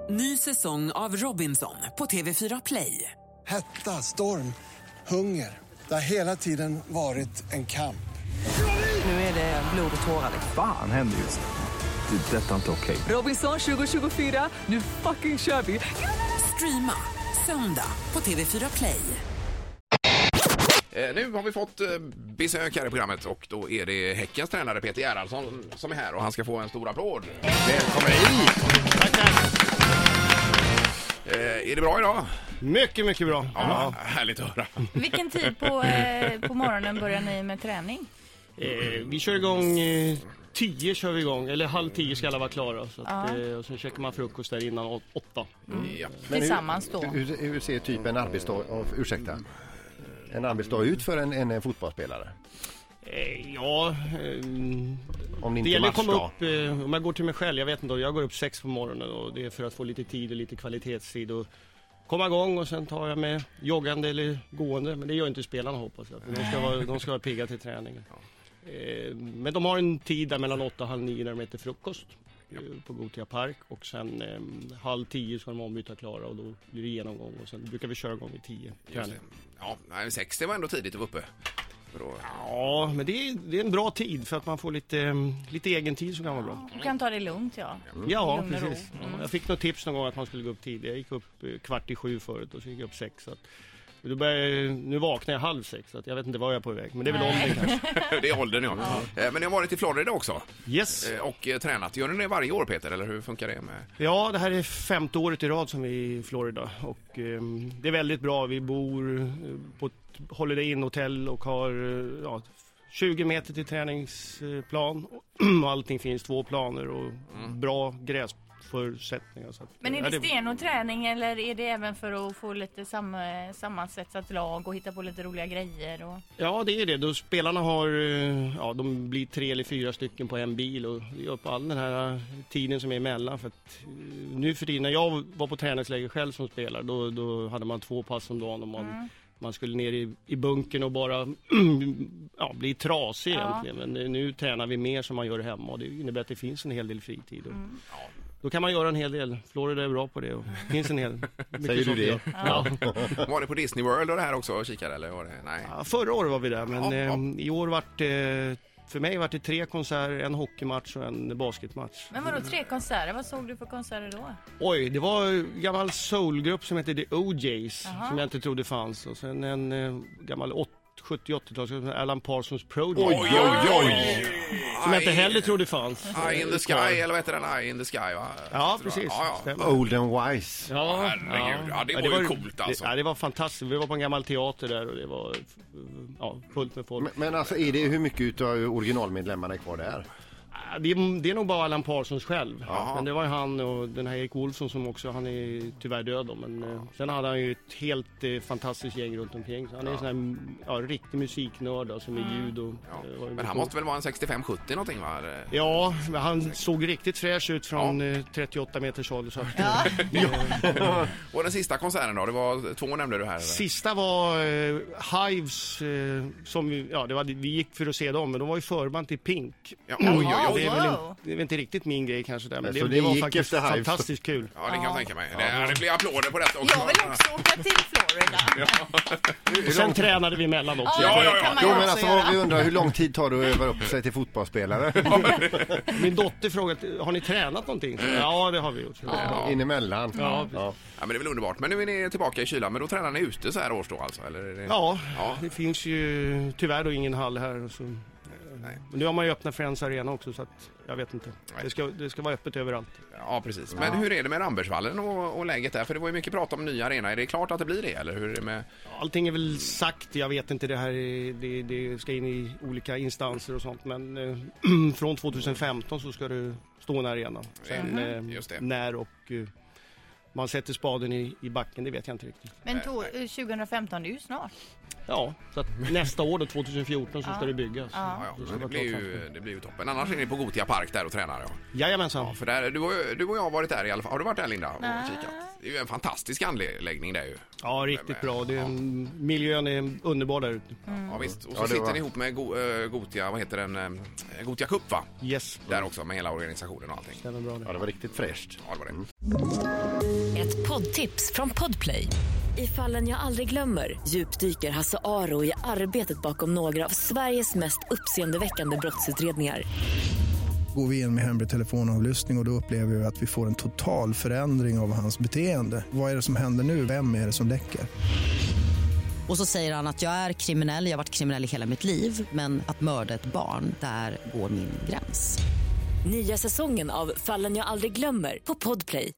Ny säsong av Robinson på TV4 Play. Hetta, storm, hunger. Det har hela tiden varit en kamp. Nu är det blod och tårar. Fan händer just nu. Det. Detta är inte okej. Robinson 2024, nu fucking kör vi. Streama söndag på TV4 Play. Nu har vi fått besök här i programmet och då är det Häckens tränare Peter Gerhardsson som är här och han ska få en stor applåd. Välkommen hit! Är det bra idag? Mycket, mycket bra. Ja, härligt att höra. Vilken tid på morgonen börjar ni med träning? Vi kör igång 10 kör vi igång, eller 9:30 ska alla vara klara. Så att, och sen käkar man frukost där innan 8. Ja. Tillsammans då? Hur ser typ en arbetsdag, en arbetsdag ut för en fotbollsspelare? Om det inte gäller att komma matchdag. upp, om jag går till mig själv, jag vet inte, jag går upp 6 på morgonen och det är för att få lite tid och lite kvalitetstid och komma igång och sen tar jag med joggande eller gående, men det gör inte spelarna hoppas jag. De ska vara pigga till träningen. Men de har en tid där mellan 8 och 9 när de äter frukost på Gothia Park och sen 9:30 ska de ombyta klara och då blir det genomgång och sen brukar vi köra igång vid 10. Ja, 6 det var ändå tidigt att vara uppe. Ja, men det är en bra tid för att man får lite egen tid som kan vara bra. Du kan ta det lugnt, Ja, precis. Jag fick något tips någon gång att man skulle gå upp tid. Jag gick upp 6:15 förut och så gick jag upp 6. Så att, nu vaknar jag 5:30 så att jag vet inte var jag är på väg. Men det är väl åldern kanske. Det är åldern, ja. Men jag har varit i Florida också. Yes. Och tränat. Gör ni det varje år, Peter? Eller hur funkar det med? Ja, det här är 5:e året i rad som vi är i Florida. Och det är väldigt bra. Vi bor på ett Holiday Inn hotell och har 20 meter till träningsplan. Och allting finns 2 planer och bra gräsförutsättningar. Så att, men är det sten och träning eller är det även för att få lite sammansättat lag och hitta på lite roliga grejer? Och... Ja, det är det. Då spelarna har, de blir 3 eller 4 stycken på en bil och gör på all den här tiden som är emellan. För att nu för tiden, när jag var på träningsläger själv som spelare, då hade man 2 pass om dagen och man skulle ner i bunken och bara bli trasig egentligen. Men nu tränar vi mer som man gör hemma och det innebär att det finns en hel del fritid. Och, då kan man göra en hel del. Florida är bra på det och det finns en hel. Säger du det? Ja. Var det på Disney World och det här också och kikade eller var det? Nej. Ja, förra året var vi där men i år för mig var det 3 konserter, en hockeymatch och en basketmatch. Men vadå 3 konserter? Vad såg du för konserter då? Oj, det var en gammal soulgrupp som hette The OJs som jag inte trodde fanns. Och sen en gammal 70-80-tals Alan Parsons Project. Oj. Som jag inte heller trodde fanns. Eye in the Sky, eller vad heter den? Eye in the Sky, va? Ja, precis. Old and Wise. Ja, herregud. Ja, det var ju coolt alltså. Det var fantastiskt. Vi var på en gammal teater där och det var fullt med folk. Men alltså, hur mycket av originalmedlemmarna är kvar där? Det är nog bara Alan Parsons själv. Men det var ju han och den här Erik Olsson som också, han är tyvärr död då, men sen hade han ju ett helt fantastiskt gäng runt omkring. Så han är en sån här riktig musiknörd som är ljud och... men han måste väl vara en 65-70 någonting, va? Ja, men han såg riktigt fräsch ut från 38 meters ålder. Så Och den sista konserten då? Det var 2 nämnde du här. Eller? Sista var Hives som vi gick för att se dem, men de var ju förband till Pink. Det är väl inte riktigt min grej kanske där, men det var faktiskt fantastiskt kul. Ja, det kan jag tänka mig. Det blir applåder på detta också. Jag vill också åka till Florida. Och sen tränade vi emellan också. Men alltså, vi undrar hur lång tid tar det att öva upp sig till fotbollsspelare? Min dotter frågade, har ni tränat någonting? Ja, det har vi gjort. Inemellan. Ja, men det är väl underbart. Men nu är ni tillbaka i kylan, men då tränar ni ute så här års då alltså? Eller är det... Ja, det finns ju tyvärr då ingen hall här och så. Nej. Men nu har man ju öppnat Friends Arena också så att jag vet inte. Det ska vara öppet överallt. Ja, precis. Men hur är det med Rambergsvallen och läget där? För det var ju mycket prat om ny arena. Är det klart att det blir det? Eller hur är det med... Allting är väl sagt. Jag vet inte, det ska in i olika instanser och sånt. Men från 2015 så ska det stå en arena. Sen just det. När och... man sätter spaden i backen, det vet jag inte riktigt. Men 2015 är ju snart. Ja, så att nästa år då, 2014 så ska det byggas. Det blir ju toppen. Annars är ni på Gothia Park där och tränar. Jajamensan. Ja, för där, du och jag har varit där i alla fall. Har du varit där, Linda? Och kikat? Det är ju en fantastisk anläggning där ju. Ja, riktigt bra. Miljön är underbar där ute. Ja, visst. Och så sitter ni ihop med Gothia, vad heter den? Gothia Cup, va? Yes. Där också med hela organisationen och allting. Stämmer bra. Ja, det var riktigt fräscht. Ja, det var det. poddtips från Podplay. I Fallen jag aldrig glömmer djupdyker Hasse Aro i arbetet bakom några av Sveriges mest uppseendeväckande brottsutredningar. Går vi in med hemlig telefonavlyssning och då upplever vi att vi får en total förändring av hans beteende. Vad är det som händer nu? Vem är det som läcker? Och så säger han att jag är kriminell, jag har varit kriminell i hela mitt liv. Men att mörda ett barn, där går min gräns. Nya säsongen av Fallen jag aldrig glömmer på Podplay.